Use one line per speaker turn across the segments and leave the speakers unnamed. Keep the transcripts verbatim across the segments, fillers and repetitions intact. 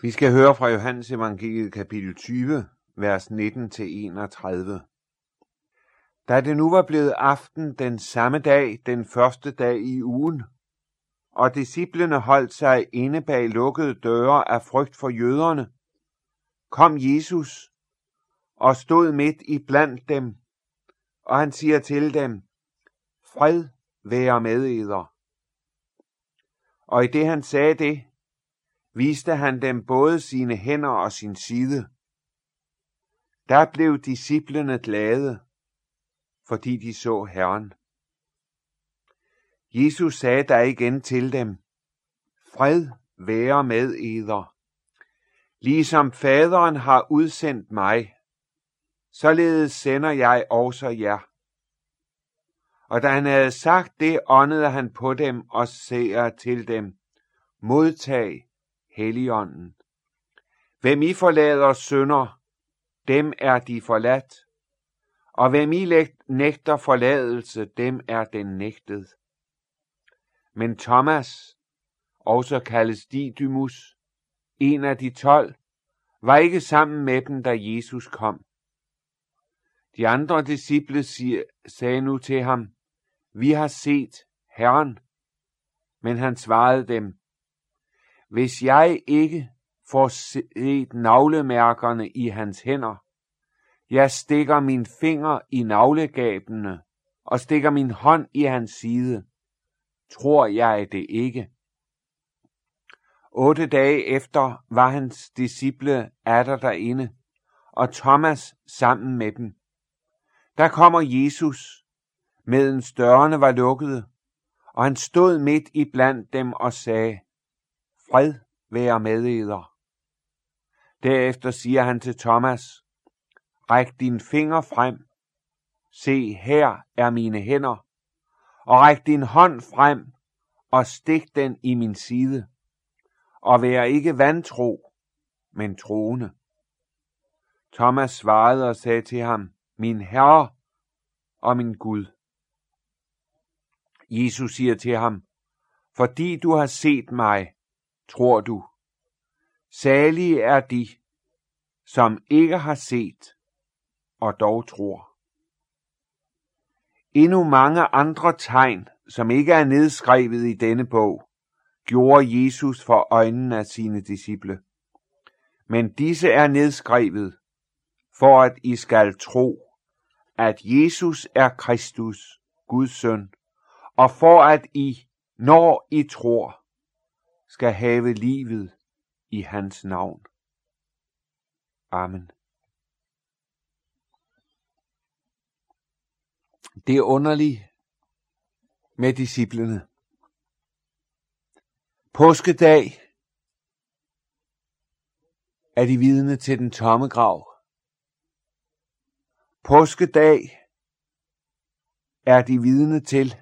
Vi skal høre fra Johannes Evangeliet kapitel tyve, vers nitten til enogtredive. Da det nu var blevet aften den samme dag, den første dag i ugen, og disciplene holdt sig inde bag lukkede døre af frygt for jøderne, kom Jesus og stod midt i blandt dem, og han siger til dem, fred være med eder. Og i det han sagde det, viste han dem både sine hænder og sin side. Der blev disciplene glade, fordi de så Herren. Jesus sagde da igen til dem, fred være med eder. Ligesom faderen har udsendt mig, således sender jeg også jer. Og da han havde sagt det, åndede han på dem og sagde til dem, modtag Helligånden. Hvem I forlader synder, dem er de forladt, og hvem I nægter forladelse, dem er den nægtet. Men Thomas, også kaldes Didymus, en af de tolv, var ikke sammen med dem, da Jesus kom. De andre disciple sagde nu til ham, vi har set Herren. Men han svarede dem, hvis jeg ikke får set navlemærkerne i hans hænder, jeg stikker min finger i navlegabene og stikker min hånd i hans side, tror jeg det ikke. Otte dage efter var hans disciple atter derinde, og Thomas sammen med dem. Der kommer Jesus, medens dørene var lukkede, og han stod midt i blandt dem og sagde, fred være med eder. Derefter siger han til Thomas, ræk din finger frem, se her er mine hænder, og ræk din hånd frem, og stik den i min side, og vær ikke vantro, men troende. Thomas svarede og sagde til ham, min Herre og min Gud. Jesus siger til ham, fordi du har set mig, tror du. Salige er de, som ikke har set og dog tror. Endnu mange andre tegn, som ikke er nedskrevet i denne bog, gjorde Jesus for øjnene af sine disciple. Men disse er nedskrevet, for at I skal tro, at Jesus er Kristus, Guds søn, og for at I, når I tror, skal have livet i hans navn. Amen. Det er underligt med disciplene. Påskedag er de vidne til den tomme grav. Påskedag er de vidne til,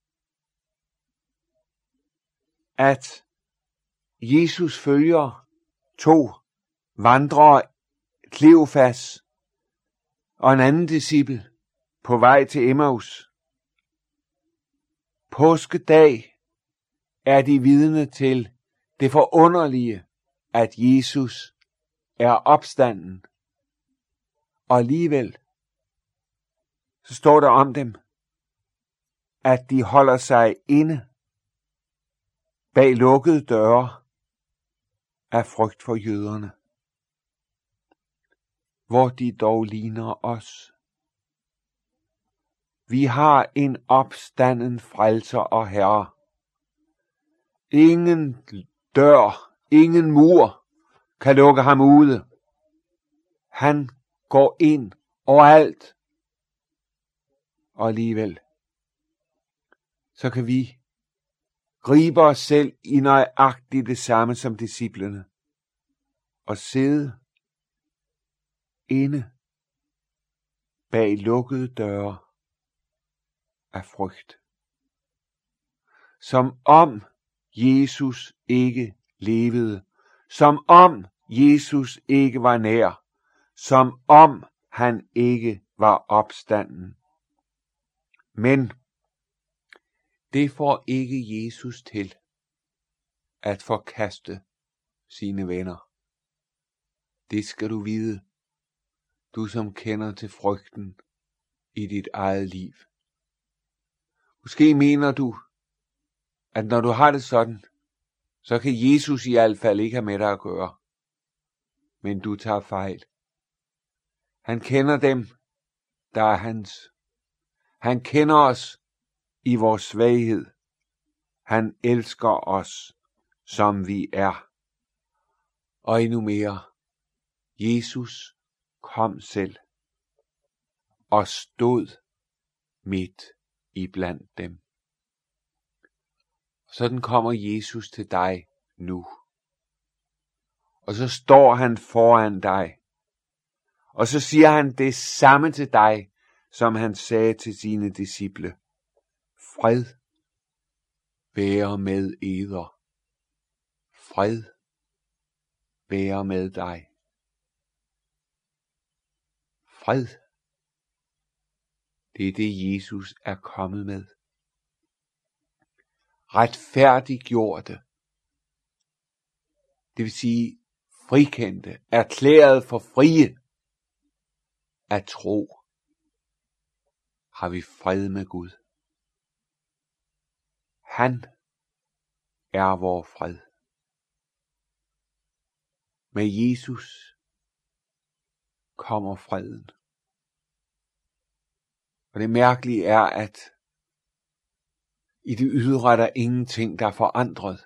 at Jesus følger to vandrere, Kleofas og en anden disciple, på vej til Emmaus. Påskedag er de vidne til det forunderlige, at Jesus er opstanden. Og alligevel, så står der om dem, at de holder sig inde bag lukkede døre af frygt for jøderne, hvor de dog ligner os. Vi har en opstanden frelser og herre. Ingen dør, ingen mur kan lukke ham ude. Han går ind overalt. Og alligevel, så kan vi gribe os selv i nøjagtigt det samme som disciplene, og sidde inde bag lukkede døre af frygt. Som om Jesus ikke levede, som om Jesus ikke var nær, som om han ikke var opstanden. Men det får ikke Jesus til at forkaste sine venner. Det skal du vide, du som kender til frygten i dit eget liv. Måske mener du, at når du har det sådan, så kan Jesus i hvert fald ikke have med dig at gøre. Men du tager fejl. Han kender dem, der er hans. Han kender os i vores svaghed. Han elsker os, som vi er. Og endnu mere, Jesus kom selv og stod midt iblandt dem. Sådan kommer Jesus til dig nu. Og så står han foran dig. Og så siger han det samme til dig, som han sagde til sine disciple. Fred være med eder. Fred være med dig. Fred. Det er det, Jesus er kommet med. Retfærdiggjorte. Det vil sige frikendte, erklæret for frie af tro, har vi fred med Gud. Han er vor fred. Med Jesus kommer freden. Og det mærkelige er, at i det ydre er der ingenting, der er forandret.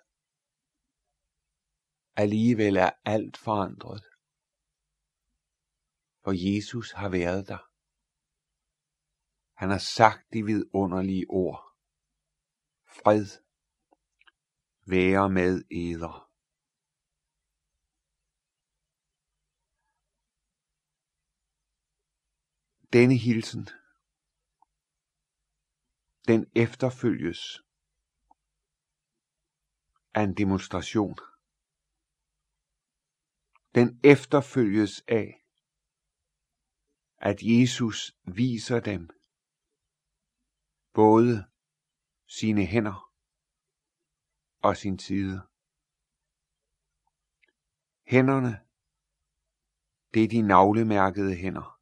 Alligevel er alt forandret. For Jesus har været der. Han har sagt de vidunderlige ord. Fred være med eder. Denne hilsen, den efterfølges af en demonstration. Den efterfølges af, at Jesus viser dem både sine hænder og sin side. Hænderne, det er de navlemærkede hænder.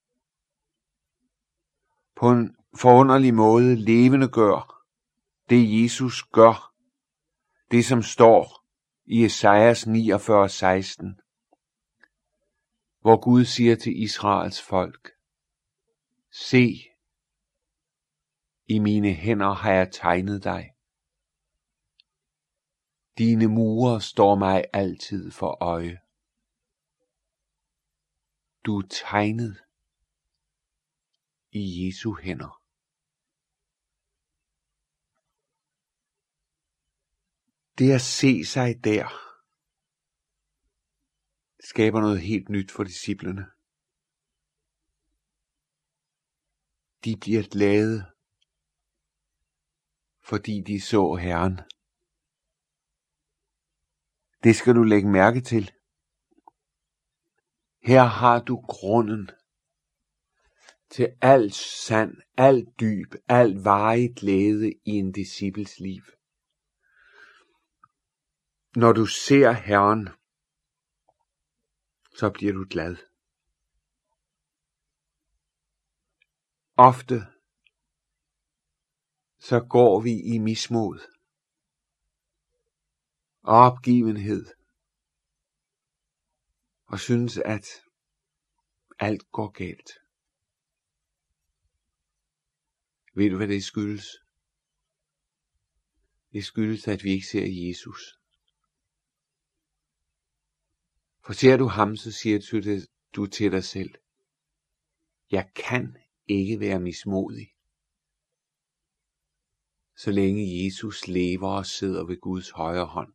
På en forunderlig måde levende gør det Jesus gør, det som står i Esajas niogfyrre seksten, hvor Gud siger til Israels folk, se, i mine hænder har jeg tegnet dig. Dine mure står mig altid for øje. Du er tegnet i Jesu hænder. Det at se sig der, skaber noget helt nyt for disciplene. De bliver glade, fordi de så Herren. Det skal du lægge mærke til. Her har du grunden til alt sand, alt dyb, alt varig glæde i en disciples liv. Når du ser Herren, så bliver du glad. Ofte så går vi i mismod og opgivenhed og synes, at alt går galt. Ved du, hvad det skyldes? Det skyldes, at vi ikke ser Jesus. For ser du ham, så siger du til dig selv, jeg kan ikke være mismodig, så længe Jesus lever og sidder ved Guds højre hånd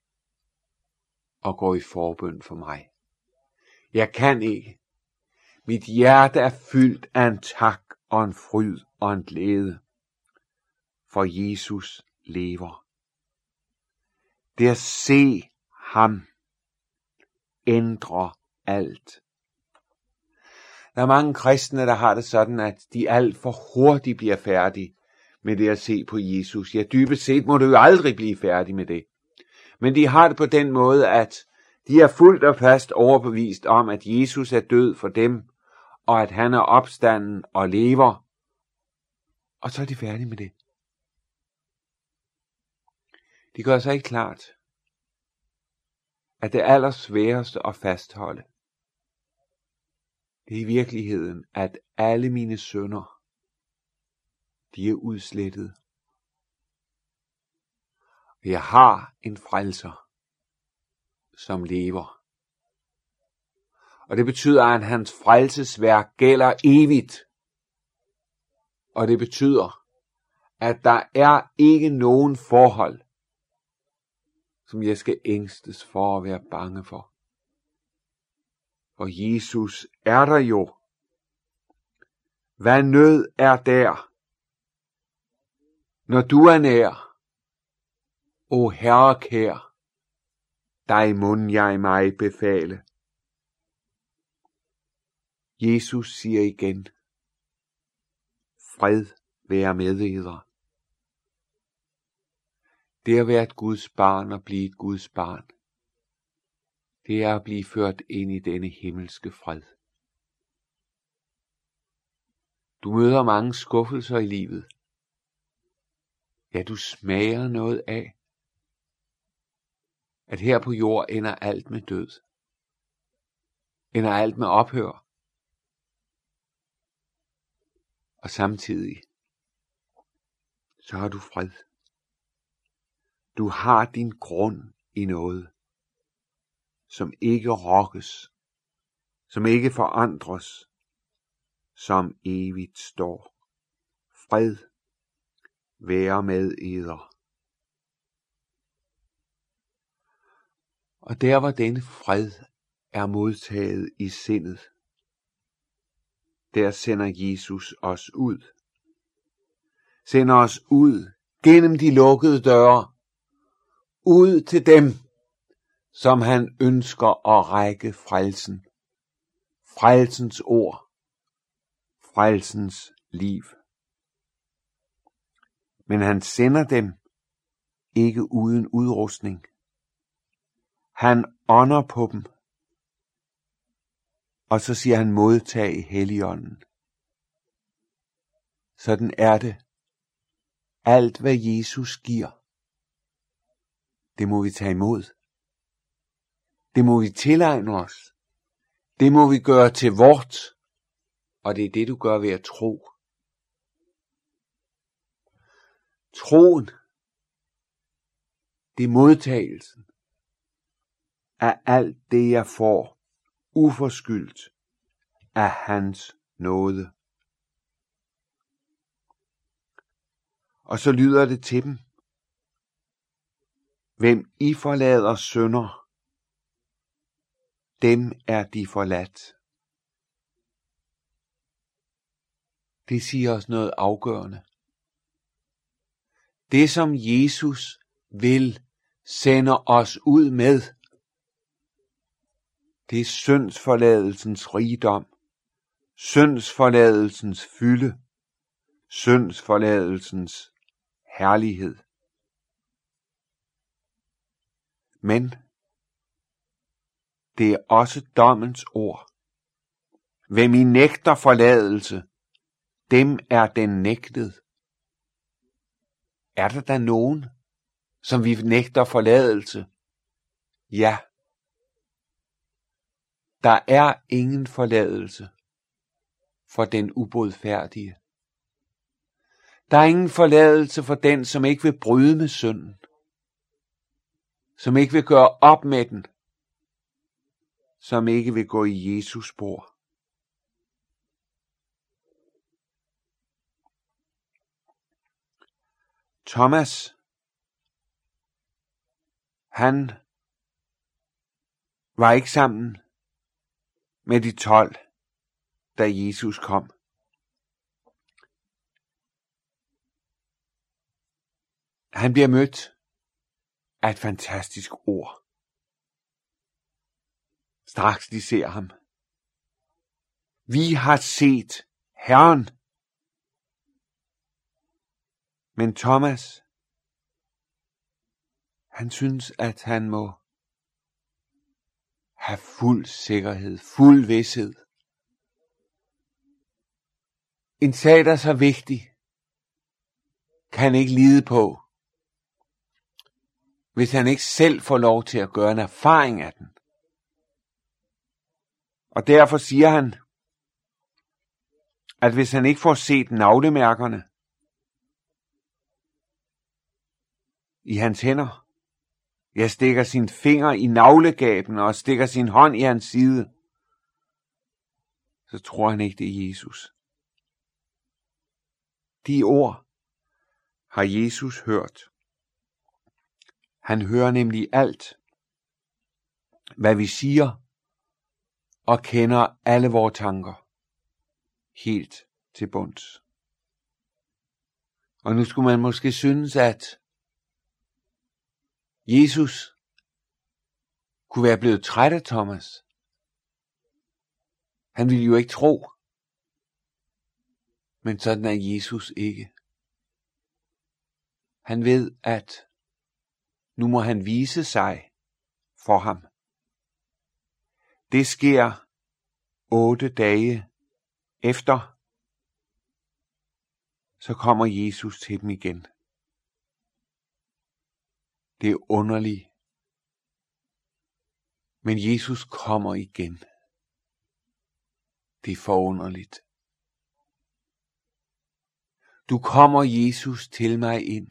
og går i forbøn for mig. Jeg kan ikke. Mit hjerte er fyldt af en tak og en fryd og en glæde, for Jesus lever. Det at se ham ændrer alt. Der er mange kristne, der har det sådan, at de alt for hurtigt bliver færdige med det at se på Jesus. Ja, dybest set må du jo aldrig blive færdig med det. Men de har det på den måde, at De er fuldt og fast overbevist om, at Jesus er død for dem, og at han er opstanden og lever. Og så er de færdige med det. De gør sig ikke klart, at det allersværeste at fastholde, det er i virkeligheden, at alle mine synder, de er udslettet. Jeg har en frelser, som lever. Og det betyder, at hans frelsesværk gælder evigt. Og det betyder, at der er ikke nogen forhold, som jeg skal ængstes for at være bange for. For Jesus er der jo. Hvad nød er der, når du er nær? O Herre kær, dig mund jeg mig befale. Jesus siger igen, fred være med eder. Det at være et Guds barn og blive et Guds barn, det er at blive ført ind i denne himmelske fred. Du møder mange skuffelser i livet. Ja, du smager noget af, at her på jord ender alt med død. Ender alt med ophør. Og samtidig, så har du fred. Du har din grund i noget, som ikke rokkes, som ikke forandres, som evigt står. Fred være med eder. Og der hvor denne fred er modtaget i sindet, der sender Jesus os ud. Sender os ud gennem de lukkede døre. Ud til dem, som han ønsker at række frelsen. Frelsens ord. Frelsens liv. Men han sender dem ikke uden udrustning. Han ånder på dem. Og så siger han modtag Helligånden. Sådan er det. Alt hvad Jesus giver, det må vi tage imod. Det må vi tilegne os. Det må vi gøre til vort. Og det er det, du gør ved at tro. Troen, det er modtagelsen af alt det, jeg får, uforskyldt af hans nåde. Og så lyder det til dem, hvem I forlader synder, dem er de forladt. Det siger os noget afgørende. Det som Jesus vil sender os ud med, det er syndsforladelsens rigdom, syndsforladelsens fylde, syndsforladelsens herlighed. Men det er også dommens ord. Hvem I nægter forladelse, dem er den nægtet. Er der da nogen, som vi nægter forladelse? Ja. Der er ingen forladelse for den ubodfærdige. Der er ingen forladelse for den, som ikke vil bryde med synden. Som ikke vil gøre op med den. Som ikke vil gå i Jesus spor. Thomas, han var ikke sammen med de tolv, da Jesus kom. Han bliver mødt af et fantastisk ord. Straks de ser ham. Vi har set Herren. Men Thomas, han synes, at han må have fuld sikkerhed, fuld vished. En sag, der er så vigtig, kan ikke lide på, hvis han ikke selv får lov til at gøre en erfaring af den. Og derfor siger han, at hvis han ikke får set navlemærkerne i hans hænder, jeg stikker sin finger i navlegaben og stikker sin hånd i hans side, så tror han ikke, det er Jesus. De ord har Jesus hørt. Han hører nemlig alt, hvad vi siger, og kender alle vores tanker helt til bunds. Og nu skulle man måske synes, at Jesus kunne være blevet træt af Thomas. Han ville jo ikke tro. Men sådan er Jesus ikke. Han ved, at nu må han vise sig for ham. Det sker otte dage efter. Så kommer Jesus til dem igen. Det er underligt. Men Jesus kommer igen. Det er forunderligt. Du kommer, Jesus, til mig ind.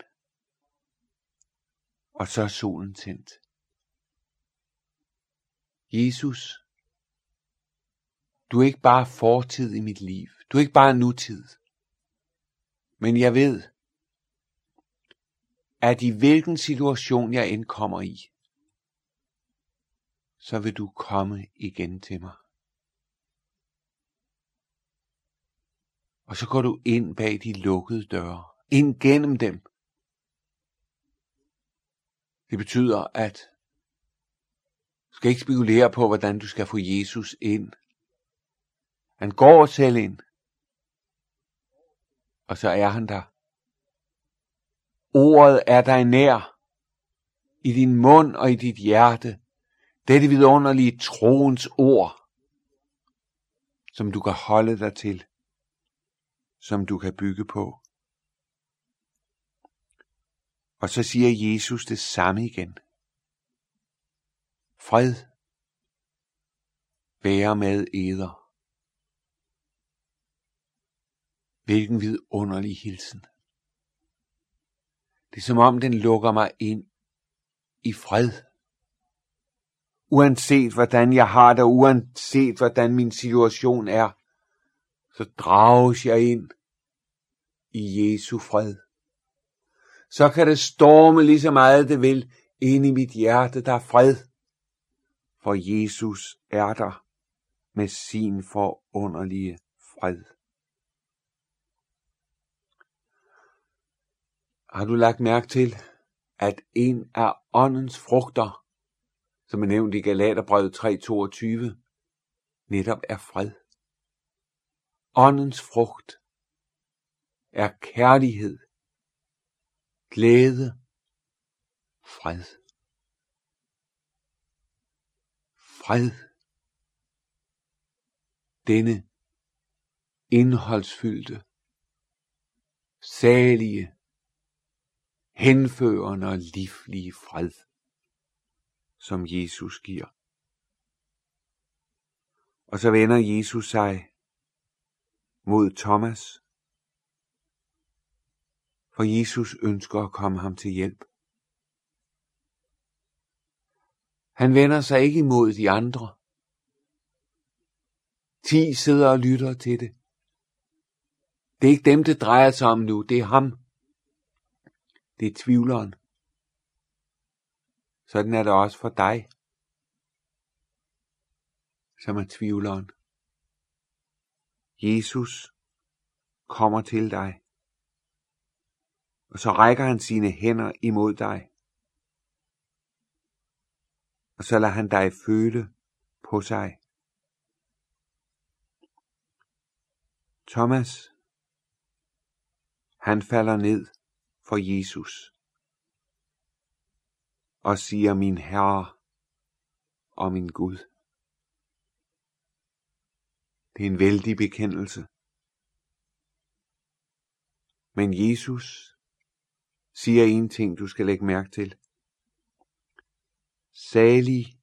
Og så er solen tændt. Jesus, du er ikke bare fortid i mit liv. Du er ikke bare nutid. Men jeg ved, at i hvilken situation jeg end kommer i, så vil du komme igen til mig. Og så går du ind bag de lukkede døre. Ind gennem dem. Det betyder, at du skal ikke spekulere på, hvordan du skal få Jesus ind. Han går selv ind. Og så er han der. Ordet er dig nær. I din mund og i dit hjerte. Dette vidunderlige troens ord, som du kan holde dig til. Som du kan bygge på. Og så siger Jesus det samme igen. Fred være med eder. Hvilken vidunderlig hilsen. Det er som om den lukker mig ind i fred. Uanset hvordan jeg har det, uanset hvordan min situation er, så drages jeg ind i Jesu fred. Så kan det storme lige så meget det vil ind i mit hjerte, der er fred. For Jesus er der med sin forunderlige fred. Har du lagt mærke til, at en af åndens frugter, som er nævnt i Galaterbrevet tre toogtyve, netop er fred? Åndens frugt er kærlighed, glæde, fred. Fred. Denne indholdsfyldte, salige, henførende og livlige fred, som Jesus giver. Og så vender Jesus sig mod Thomas, for Jesus ønsker at komme ham til hjælp. Han vender sig ikke imod de andre. Ti sidder og lytter til det. Det er ikke dem, det drejer sig om nu, det er ham. Det er tvivleren. Sådan er det også for dig, som er tvivleren. Jesus kommer til dig, og så rækker han sine hænder imod dig, og så lader han dig føle på sig. Thomas, han falder ned for Jesus og siger, min Herre og min Gud. Det er en vældig bekendelse. Men Jesus siger en ting, du skal lægge mærke til. Salige,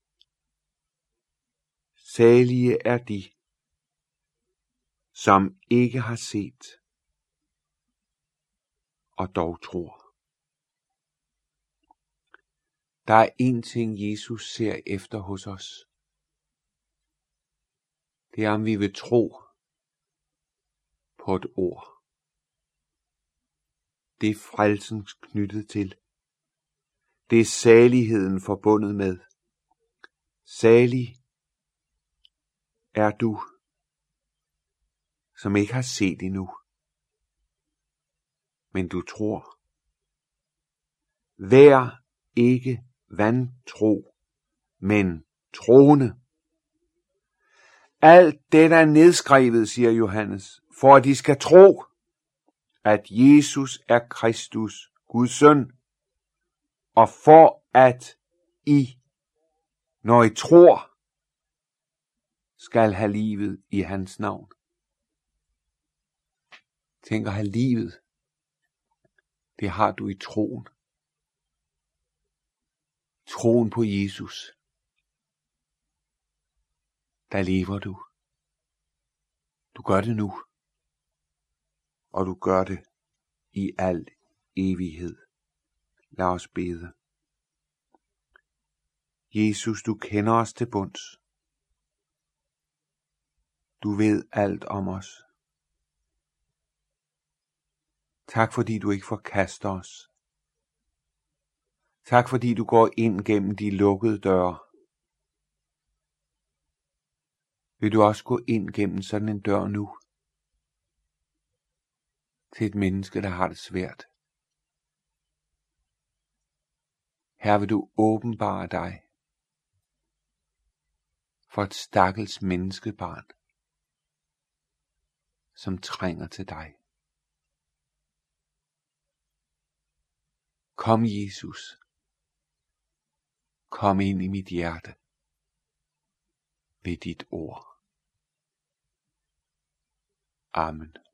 salige er de, som ikke har set og dog tror. Der er en ting, Jesus ser efter hos os. Det er, om vi vil tro på et ord. Det er frelsen knyttet til. Det er saligheden forbundet med. Salig er du, som ikke har set endnu, men du tror. Vær ikke vantro, men troende. Alt det er nedskrevet, siger Johannes, for at de skal tro, at Jesus er Kristus, Guds søn, og for at I, når I tror, skal have livet i hans navn. Tænk at have livet, det har du i troen. Troen på Jesus. Der lever du. Du gør det nu. Og du gør det i al evighed. Lad os bede. Jesus, du kender os til bunds. Du ved alt om os. Tak fordi du ikke forkaster os. Tak fordi du går ind gennem de lukkede døre. Vil du også gå ind gennem sådan en dør nu? Til et menneske, der har det svært. Her vil du åbenbare dig for et stakkels menneskebarn, som trænger til dig. Kom, Jesus. Kom ind i mit hjerte ved dit ord. Amen.